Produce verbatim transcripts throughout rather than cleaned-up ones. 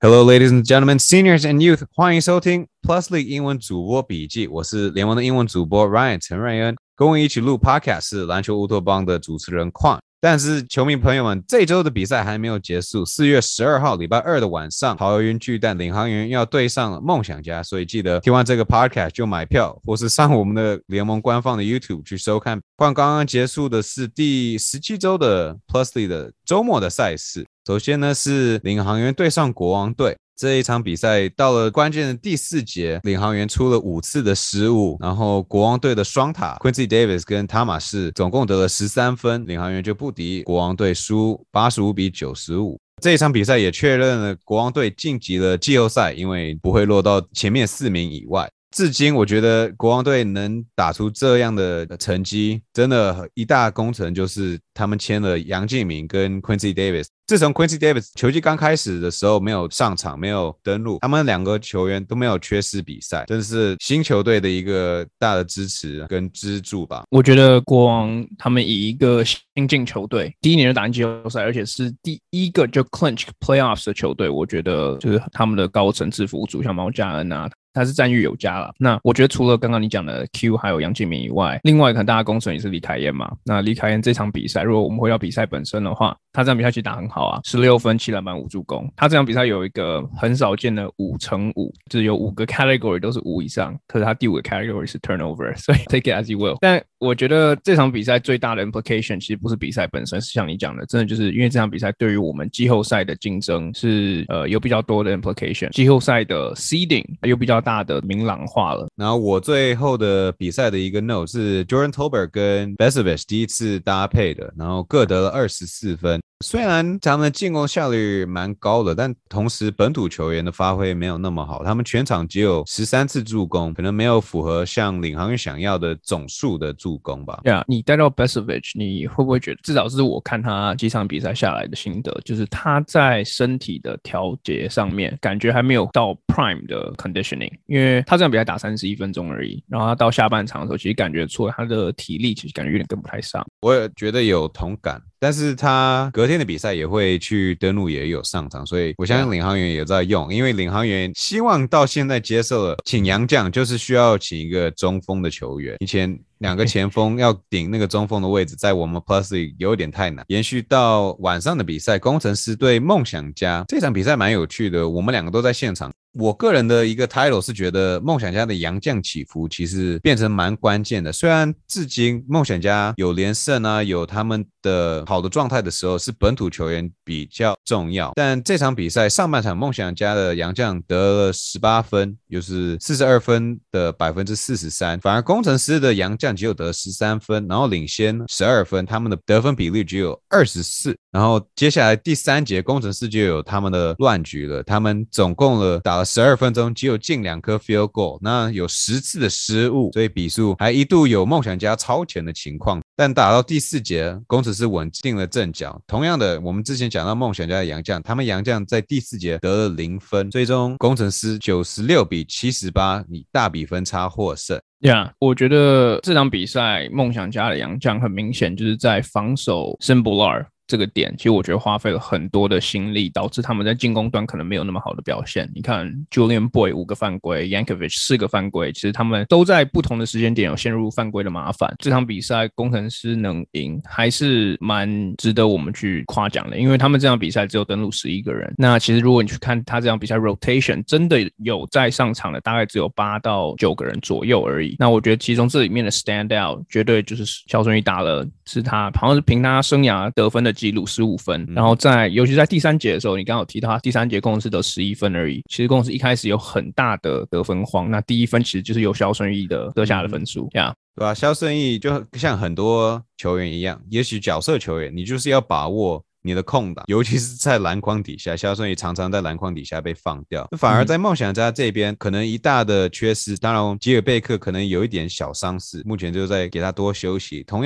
Hello, ladies and gentlemen, seniors and youth， 欢迎收听 Plus League 英文主播笔记。我是联盟的英文主播 Ryan 陈瑞恩，跟我一起录 Podcast 是篮球乌托邦的主持人 Quan。但是球迷朋友们，这周的比赛还没有结束。四月十二号礼拜二的晚上，桃园巨蛋领航员要对上梦想家，所以记得听完这个 podcast 就买票，或是上我们的联盟官方的 YouTube 去收看。刚刚结束的是第十七周的 Plus League 的周末的赛事。首先呢是领航员对上国王队。这一场比赛到了关键的第四节，领航员出了五次的失误，然后国王队的双塔 Quincy Davis 跟塔马士总共得了十三分，领航员就不敌国王队，输八十五比九十五。这一场比赛也确认了国王队晋级了季后赛，因为不会落到前面四名以外。至今我觉得国王队能打出这样的成绩，真的一大功臣就是他们签了杨敬敏跟 Quincy Davis。自从 Quincy Davis 球季刚开始的时候没有上场，没有登陆，他们两个球员都没有缺失比赛，真是新球队的一个大的支持跟支柱吧。 我觉得国王他们以一个新进球队第一年就打进季后赛，而且是第一个就 clinch playoffs 的球队，我觉得就是他们的高层制服组像毛加恩啊，他是赞誉有加啦。那我觉得除了刚刚你讲的 Q 还有杨敬敏以外，另外一个很大的功臣也是李凯燕嘛。那李凯燕这场比赛，如果我们回到比赛本身的话，他这场比赛其实打很好啊，十六分七篮板五助攻。他这场比赛有一个很少见的五乘五，就是有五个 category 都是五以上，可是他第五个 category 是 turnover， 所以 take it as you will。但我觉得这场比赛最大的 implication 其实不是比赛本身，是像你讲的，真的就是因为这场比赛对于我们季后赛的竞争是呃有比较多的 implication， 季后赛的 seeding 有比较大的明朗化了。 然后我最后的比赛的一个 note 是 Jordan Tolbert 跟 Besovic 第一次搭配的，然后各得了二十四分。虽然他们的进攻效率蛮高的，但同时本土球员的发挥没有那么好，他们全场只有十三次助攻，可能没有符合像领航员想要的总数的助攻吧。 对啊，你带到 Besovic， 你会不会觉得，至少是我看他几场比赛下来的心得，就是他在身体的调节上面感觉还没有到 prime 的 conditioning， 因为他这场比赛打三十一分钟而已，然后他到下半场的时候，其实感觉出来他的体力其实感觉有点跟不太上。 我也觉得有同感。但是他隔天的比赛也会去登陆，也有上场，所以我相信领航员也在用，因为领航员希望到现在接受了请洋将，就是需要请一个中锋的球员。以前两个前锋要顶那个中锋的位置，在我们 Plus League 有点太难。延续到晚上的比赛，工程师对梦想家，这场比赛蛮有趣的，我们两个都在现场。我个人的一个 title 是觉得梦想家的洋将起伏其实变成蛮关键的，虽然至今梦想家有连胜啊，有他们的好的状态的时候是本土球员比较重要，但这场比赛上半场梦想家的洋将得了十八分，就是四十二分的 百分之四十三， 反而工程师的洋将只有得十三分，然后领先十二分，他们的得分比例只有二十四。然后接下来第三节工程师就有他们的乱局了，他们总共了打了十二分钟，只有进两颗 field goal， 那有十次的失误，所以比数还一度有梦想家超前的情况。但打到第四节，工程师稳定了阵脚。同样的，我们之前讲到梦想家的洋将，他们洋将在第四节得了零分，最终工程师九十六比七十八以大比分差获胜。 Yeah， 我觉得这场比赛梦想家的洋将很明显就是在防守 Simbular这个点，其实我觉得花费了很多的心力，导致他们在进攻端可能没有那么好的表现。你看 Julian Boy 五个犯规， Yankovic 四个犯规，其实他们都在不同的时间点有陷入犯规的麻烦。这场比赛工程师能赢还是蛮值得我们去夸奖的，因为他们这场比赛只有登陆十一个人，那其实如果你去看他这场比赛 rotation 真的有在上场的大概只有八到九个人左右而已。那我觉得其中这里面的 stand out 绝对就是肖顺义打了，是他好像是凭他生涯得分的记录十五分，然后在尤其在第三节的时候，你刚刚有提到他第三节公司得十一分而已，其实公司一开始有很大的得分荒，那第一分其实就是由肖顺义的得下的分数，嗯 yeah。 对吧？肖顺义就像很多球员一样，也许角色球员你就是要把握你的空档，尤其是在篮筐底下，肖顺义常常在篮筐底下被放掉，反而在梦想家这边可能一大的缺失，当然吉尔贝克可能有一点小伤势，目前就在给他多休息。同样的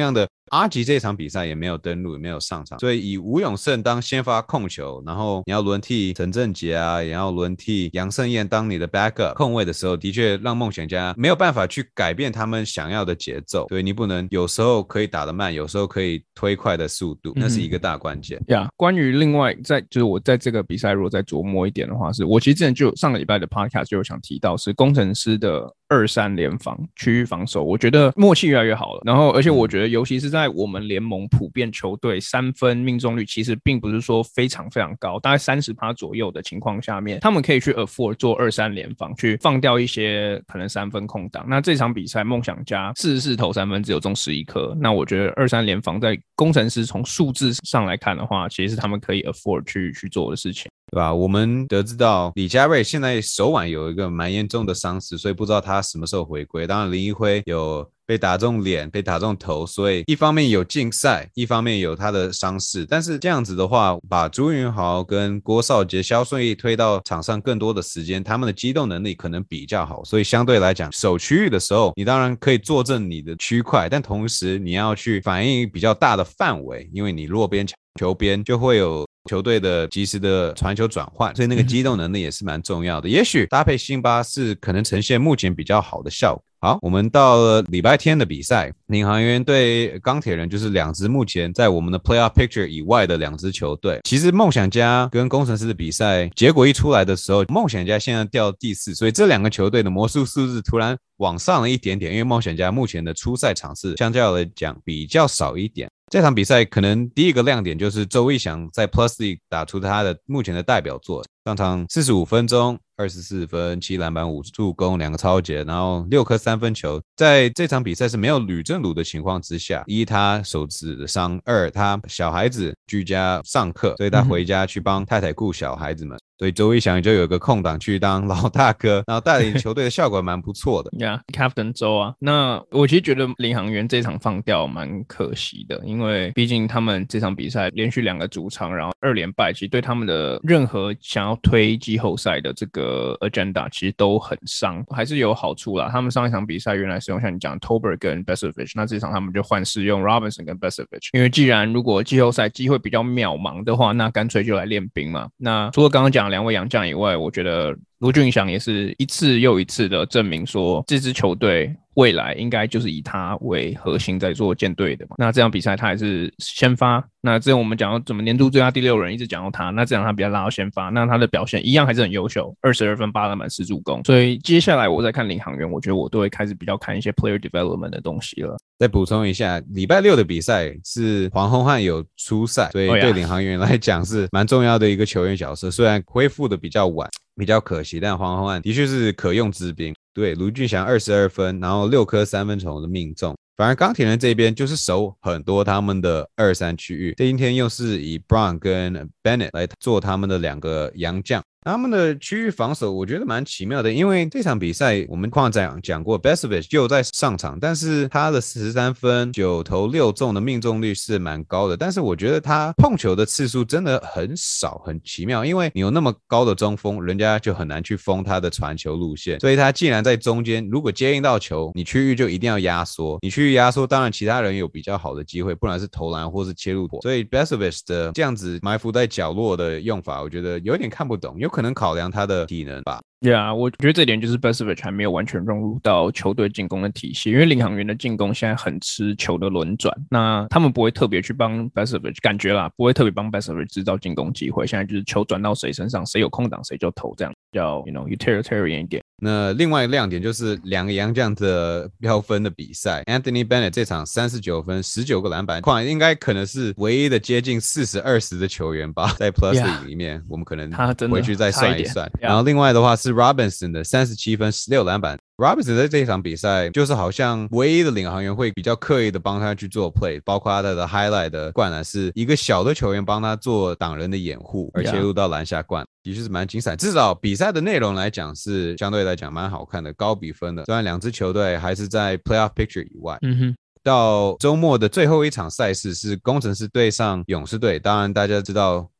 阿吉这场比赛也没有登陆，也没有上场，所以以吴永胜当先发控球，然后你要轮替陈振杰啊，也要轮替杨胜燕当你的 backup 控卫的时候，的确让梦想家没有办法去改变他们想要的节奏，所以你不能有时候可以打得慢，有时候可以推快的速度，那是一个大关键。 呀、嗯 yeah, 关于另外在就是我在这个比赛如果再琢磨一点的话，是我其实之前就上个礼拜的 podcast 就有想提到，是工程师的二三联防区域防守，我觉得默契越来越好了。然后，而且我觉得，尤其是在我们联盟普遍球队三分命中率其实并不是说非常非常高，大概 百分之三十 左右的情况下面，他们可以去 afford 做二三联防，去放掉一些可能三分空档。那这场比赛梦想家四十四投三分只有中十一颗，那我觉得二三联防在工程师从数字上来看的话，其实是他们可以 afford 去去做的事情。 对吧？我们得知到李家瑞现在手腕有一个蛮严重的伤势，所以不知道他什么时候回归。当然林一辉有被打中脸，被打中头，所以一方面有禁赛，一方面有他的伤势。但是这样子的话，把朱云豪跟郭少杰、肖顺义推到场上更多的时间，他们的机动能力可能比较好，所以相对来讲守区域的时候，你当然可以坐镇你的区块，但同时你要去反映比较大的范围，因为你弱边球边就会有球队的及时的传球转换，所以那个机动能力也是蛮重要的。也许搭配辛巴是可能呈现目前比较好的效果。好，我们到了礼拜天的比赛，领航员对钢铁人，就是两支目前在我们的 playoff picture 以外的两支球队。其实梦想家跟工程师的比赛结果一出来的时候，梦想家现在掉第四，所以这两个球队的魔术数字突然往上了一点点，因为梦想家目前的出赛场次相较来讲比较少一点。这场比赛可能第一个亮点就是周一翔在 Plus League 打出他的目前的代表作，上场四十五分钟，二十四分，七篮板，五助攻，两个抄截，然后六颗三分球。在这场比赛是没有吕正儒的情况之下，一他手指的伤，二他小孩子居家上课，所以他回家去帮太太顾小孩子们。所以周一翔就有个空档去当老大哥，然后带领球队的效果蛮不错的。 呀、yeah, ，Captain 周啊，那我其实觉得领航员这场放掉蛮可惜的，因为毕竟他们这场比赛连续两个主场，然后二连败，其实对他们的任何想要推季后赛的这个 agenda 其实都很伤，还是有好处啦。他们上一场比赛原来是用像你讲 Tolbert 跟 Besovic， 那这场他们就换试用 Robinson 跟 Besovic， 因为既然如果季后赛机会比较渺茫的话，那干脆就来练兵嘛。那除了刚刚讲两位洋将以外，我觉得卢俊祥也是一次又一次的证明说，这支球队未来应该就是以他为核心在做舰队的嘛。那这场比赛他还是先发，那之前我们讲到怎么年度最佳第六人一直讲到他，那这场他比较拉到先发，那他的表现一样还是很优秀，二十二分八篮板十助攻。所以接下来我在看领航员，我觉得我都会开始比较看一些 player development 的东西了。 再补充一下，礼拜六的比赛是黄宏汉有出赛，所以对领航员来讲是蛮重要的一个球员角色。虽然恢复的比较晚，比较可惜，但黄宏汉的确是可用之兵。对，卢俊祥二十二分，然后六颗三分球的命中。反而钢铁人这边就是守很多他们的二三区域，这今天又是以 Brown 跟 Bennett 来做他们的两个洋将。他们的区域防守我觉得蛮奇妙的，因为这场比赛我们矿长讲过 Besovic 又在上场，但是他的十三分九投六中的命中率是蛮高的，但是我觉得他碰球的次数真的很少，很奇妙，因为你有那么高的中锋，人家就很难去封他的传球路线，所以他既然在中间，如果接应到球，你区域就一定要压缩，你区域压缩，当然其他人有比较好的机会，不然是投篮或是切入，所以 Besovic 的这样子埋伏在角落的用法，我觉得有点看不懂，有可能考量他的体能吧。 对啊，我觉得这点就是 Besovic 还没有完全融入到球队进攻的体系，因为领航员的进攻现在很吃球的轮转，那他们不会特别去帮 Besovic， 感觉啦，不会特别帮 Besovic 制造进攻机会，现在就是球转到谁身上，谁有空档谁就投，这样比较 you know utilitarian 一点。 那另外一个亮点就是两个洋将的标分的比赛 ，Anthony Bennett 这场三十九分，十九个篮板，应该可能是唯一的接近四十二十的球员吧，在 Plus League 里面， yeah, 我们可能回去再算一算。然后另外的话是 Robinson 的三十七分，十六篮板。Robinson 在这一场比赛就是好像唯一的领航员会比较刻意的帮他去做 play， 包括他的 highlight 的灌篮是一个小的球员帮他做挡人的掩护，而切入到篮下灌，的确是蛮精彩。至少比赛的内容来讲是相对来讲蛮好看的，高比分的。虽然两支球队还是在 playoff picture 以外。 嗯哼。 到周末的最后一场赛事是工程师对上勇士队，当然大家知道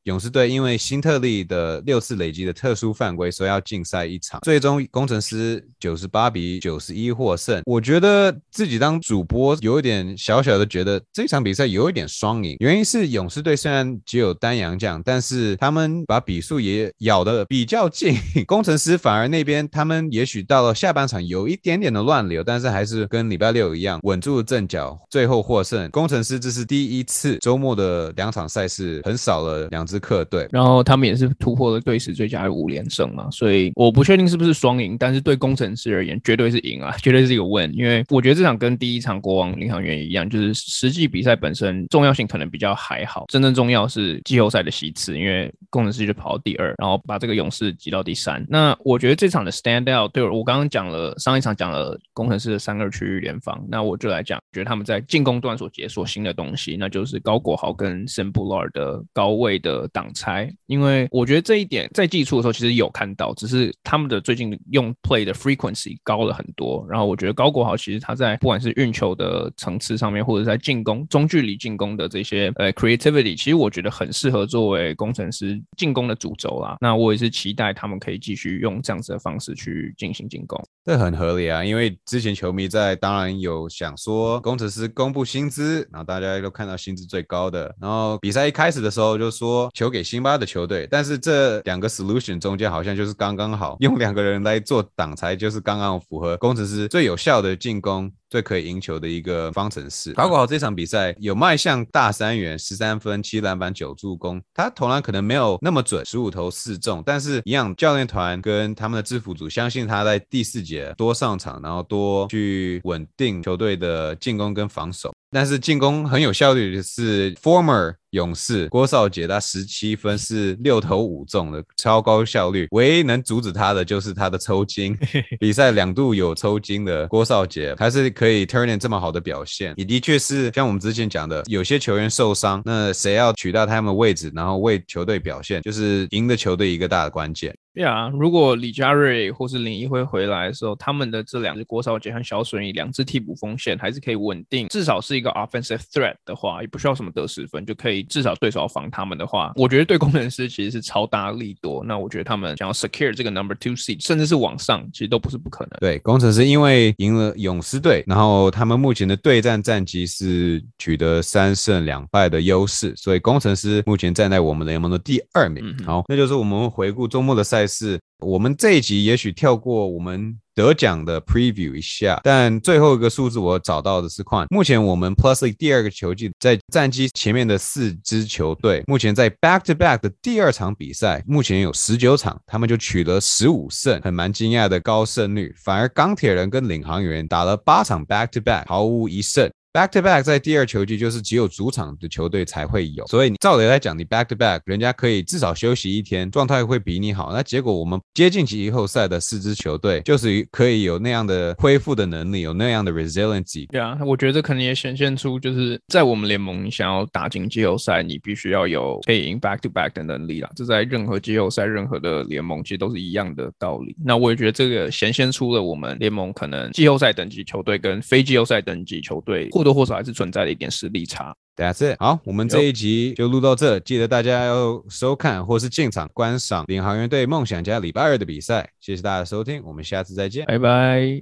勇士队因为辛特利的六次累积的特殊犯规，所以要禁赛一场，最终工程师九十八比九十一获胜。我觉得自己当主播有一点小小的觉得这场比赛有一点双赢，原因是勇士队虽然只有单洋将，但是他们把比数也咬得比较近，工程师反而那边他们也许到了下半场有一点点的乱流，但是还是跟礼拜六一样稳住阵脚，最后获胜。工程师这是第一次周末的两场赛事很少了两支客队， 然后他们也是突破了队史最佳的五连胜嘛，所以我不确定是不是双赢，但是对工程师而言绝对是赢啊，绝对是一个 win， 因为我觉得这场跟第一场国王领航员一样，就是实际比赛本身重要性可能比较还好，真正重要是季后赛的席次，因为工程师就跑到第二，然后把这个勇士挤到第三。那我觉得这场的 stand out， 对我刚刚讲了上一场讲了工程师的三二区域联防，那我就来讲，觉得他们在进攻端所解锁新的东西，那就是高国豪跟 Sam Bullard 的高位的挡拆，因为我觉得这一点在季初的时候其实有看到，只是他们的最近用 play 的 frequency 高了很多，然后我觉得高国豪其实他在不管是运球的层次上面，或者在进攻中距离进攻的这些呃 creativity， 其实我觉得很适合作为工程师进攻的主轴啦。那我也是期待他们可以继续用这样子的方式去进行进攻。 这很合理啊，因为之前球迷在当然有想说工程师公布薪资，然后大家都看到薪资最高的，然后比赛一开始的时候就说球给辛巴的球队，但是这两个 solution 中间好像就是刚刚好，用两个人来做挡拆，就是刚刚符合工程师最有效的进攻，最可以赢球的一个方程式。高国豪这场比赛有迈向大三元，十三分七篮板九助攻，他投篮可能没有那么准，十五投四中，但是一样教练团跟他们的制服组相信他在第四节多上场，然后多去稳定球队的进攻跟防守。但是进攻很有效率的是 former 勇士郭少杰，他十七分是六投五中的超高效率，唯一能阻止他的就是他的抽筋，比赛两度有抽筋的郭少杰还是可以 turn in 这么好的表现，也的确是像我们之前讲的，有些球员受伤，那谁要取代他们的位置，然后为球队表现，就是赢的球队一个大的关键。 对啊，如果李佳瑞或是林一辉回来的时候，他们的这两支郭少杰和小损益两支替补锋线还是可以稳定，至少是一个 offensive threat 的话，也不需要什么得失分，就可以至少对手要防他们的话，我觉得对工程师其实是超大利多。那我觉得他们想要 secure 这个 number two seed， 甚至是往上，其实都不是不可能。 对，工程师因为赢了勇士队，然后他们目前的对战战绩是取得三胜两败的优势，所以工程师目前站在我们联盟的第二名。嗯、好，那就是我们回顾周末的赛事。我们这一集也许跳过我们得奖的 preview 一下，但最后一个数字我找到的是看，目前我们 Plus League 第二个球季在战绩前面的四支球队，目前在 back to back 的第二场比赛，目前有十九场，他们就取得十五胜，很蛮惊讶的高胜率。反而钢铁人跟领航员打了八场 back to back， 毫无一胜。back to back 在第二球季就是只有主场的球队才会有，所以你照理来讲，你 back to back 人家可以至少休息一天，状态会比你好。那结果我们接近季后赛的四支球队，就是可以有那样的恢复的能力，有那样的 resiliency。 对啊，我觉得这可能也显现出，就是在我们联盟，你想要打进季后赛，你必须要有可以赢 back to back 的能力啦。这在任何季后赛、任何的联盟其实都是一样的道理。那我也觉得这个显现出了我们联盟可能季后赛等级球队跟非季后赛等级球队或多或少还是存在的一点实力差。 That's it。 好，我们这一集就录到这，记得大家要收看或是进场观赏领航员队梦想家礼拜二的比赛。谢谢大家的收听，我们下次再见， 拜拜。